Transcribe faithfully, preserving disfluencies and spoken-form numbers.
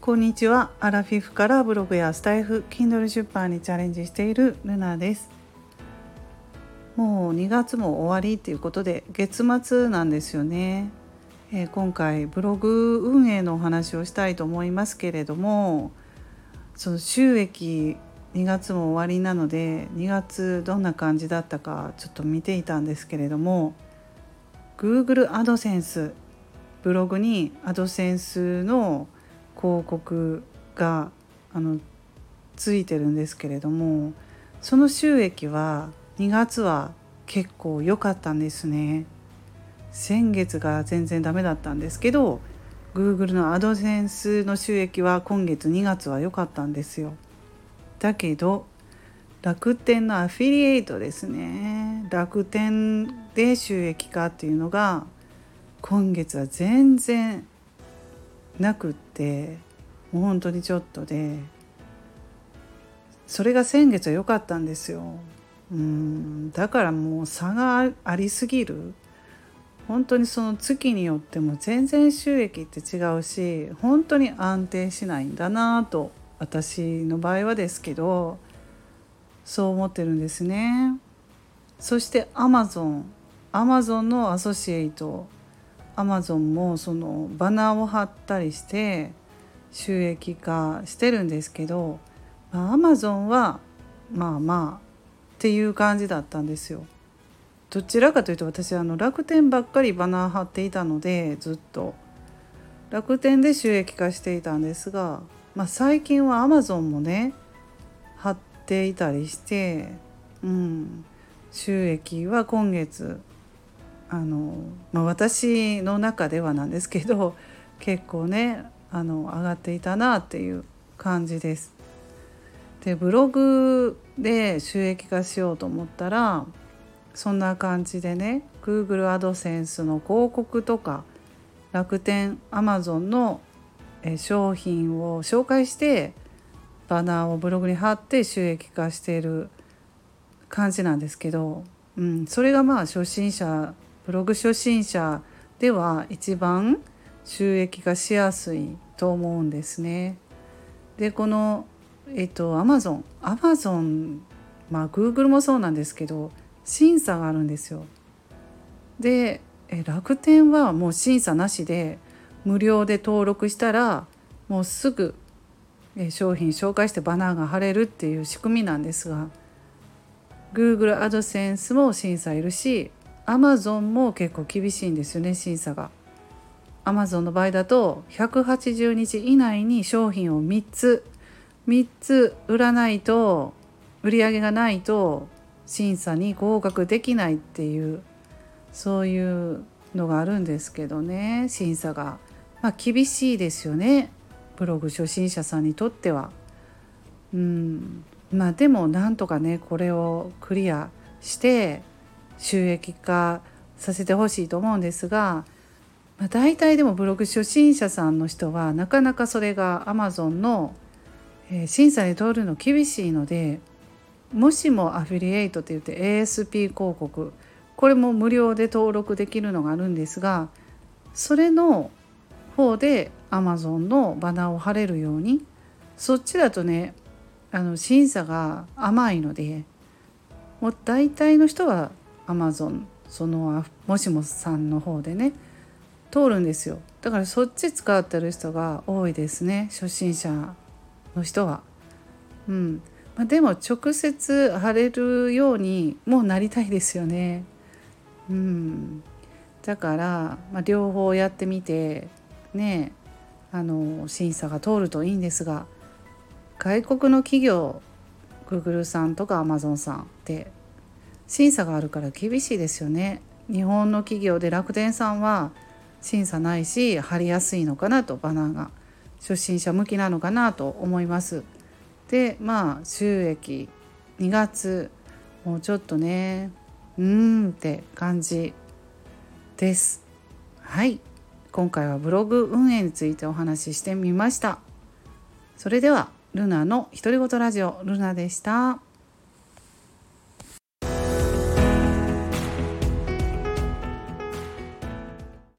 こんにちは。アラフィフからブログやスタイフ、Kindle 出版にチャレンジしているルナです。もうにがつも終わりということで月末なんですよね。えー、今回ブログ運営のお話をしたいと思いますけれども、その収益にがつも終わりなのでにがつどんな感じだったかちょっと見ていたんですけれども、 Google アドセンス、ブログにアドセンスの広告があのついてるんですけれども、その収益はにがつは結構良かったんですね。先月が全然ダメだったんですけど、 Google のアドセンスの収益は今月にがつは良かったんですよ。だけど楽天のアフィリエイトですね、楽天で収益化っていうのが今月は全然なくって、もう本当にちょっとで、それが先月は良かったんですよ。うーんだからもう差がありすぎる。本当にその月によっても全然収益って違うし、本当に安定しないんだなと、私の場合はですけどそう思ってるんですね。そして Amazon Amazon のアソシエイト、アマゾンもそのバナーを貼ったりして収益化してるんですけど、アマゾンはまあまあっていう感じだったんですよ。どちらかというと私はあの楽天ばっかりバナー貼っていたので、ずっと楽天で収益化していたんですが、まあ、最近はアマゾンもね貼っていたりして、うん、収益は今月あの、まあ、私の中ではなんですけど結構ねあの上がっていたなっていう感じです。でブログで収益化しようと思ったら、そんな感じでね Google アドセンスの広告とか楽天 Amazon の商品を紹介してバナーをブログに貼って収益化している感じなんですけど、うん、それがまあ初心者ブログ初心者では一番収益化しやすいと思うんですね。でこのえっと Amazon Amazon まあ Google もそうなんですけど審査があるんですよ。でえ楽天はもう審査なしで無料で登録したらもうすぐえ商品紹介してバナーが貼れるっていう仕組みなんですが、 Google アドセンスも審査いるし Amazon も結構厳しいんですよね、審査が。 Amazon の場合だとひゃくはちじゅうにち以内に商品をみっつみっつ売らないと、売り上げがないと審査に合格できないっていう、そういうのがあるんですけどね、審査がまあ厳しいですよね、ブログ初心者さんにとっては。うんまあでもなんとかねこれをクリアして収益化させてほしいと思うんですが、まあ、大体でもブログ初心者さんの人はなかなかそれが Amazon の、えー審査に通るの厳しいので、もしもアフィリエイトって言って エーエスピー 広告、これも無料で登録できるのがあるんですが、それの方で Amazon のバナーを貼れるように、そっちだとねあの審査が甘いので、もう大体の人は Amazon そのもしもさんの方でね通るんですよ。だからそっち使ってる人が多いですね、初心者の人は。うんまあ、でも直接貼れるようにもうなりたいですよね。うんだから、まあ、両方やってみてね、あの審査が通るといいんですが、外国の企業 Google さんとか Amazon さんって審査があるから厳しいですよね。日本の企業で楽天さんは審査ないし貼りやすいのかなと、バナーが初心者向きなのかなと思います。でまあ収益にがつもうちょっとねうーんって感じです。はい、今回はブログ運営についてお話ししてみました。それではルナの独り言ラジオ、ルナでした。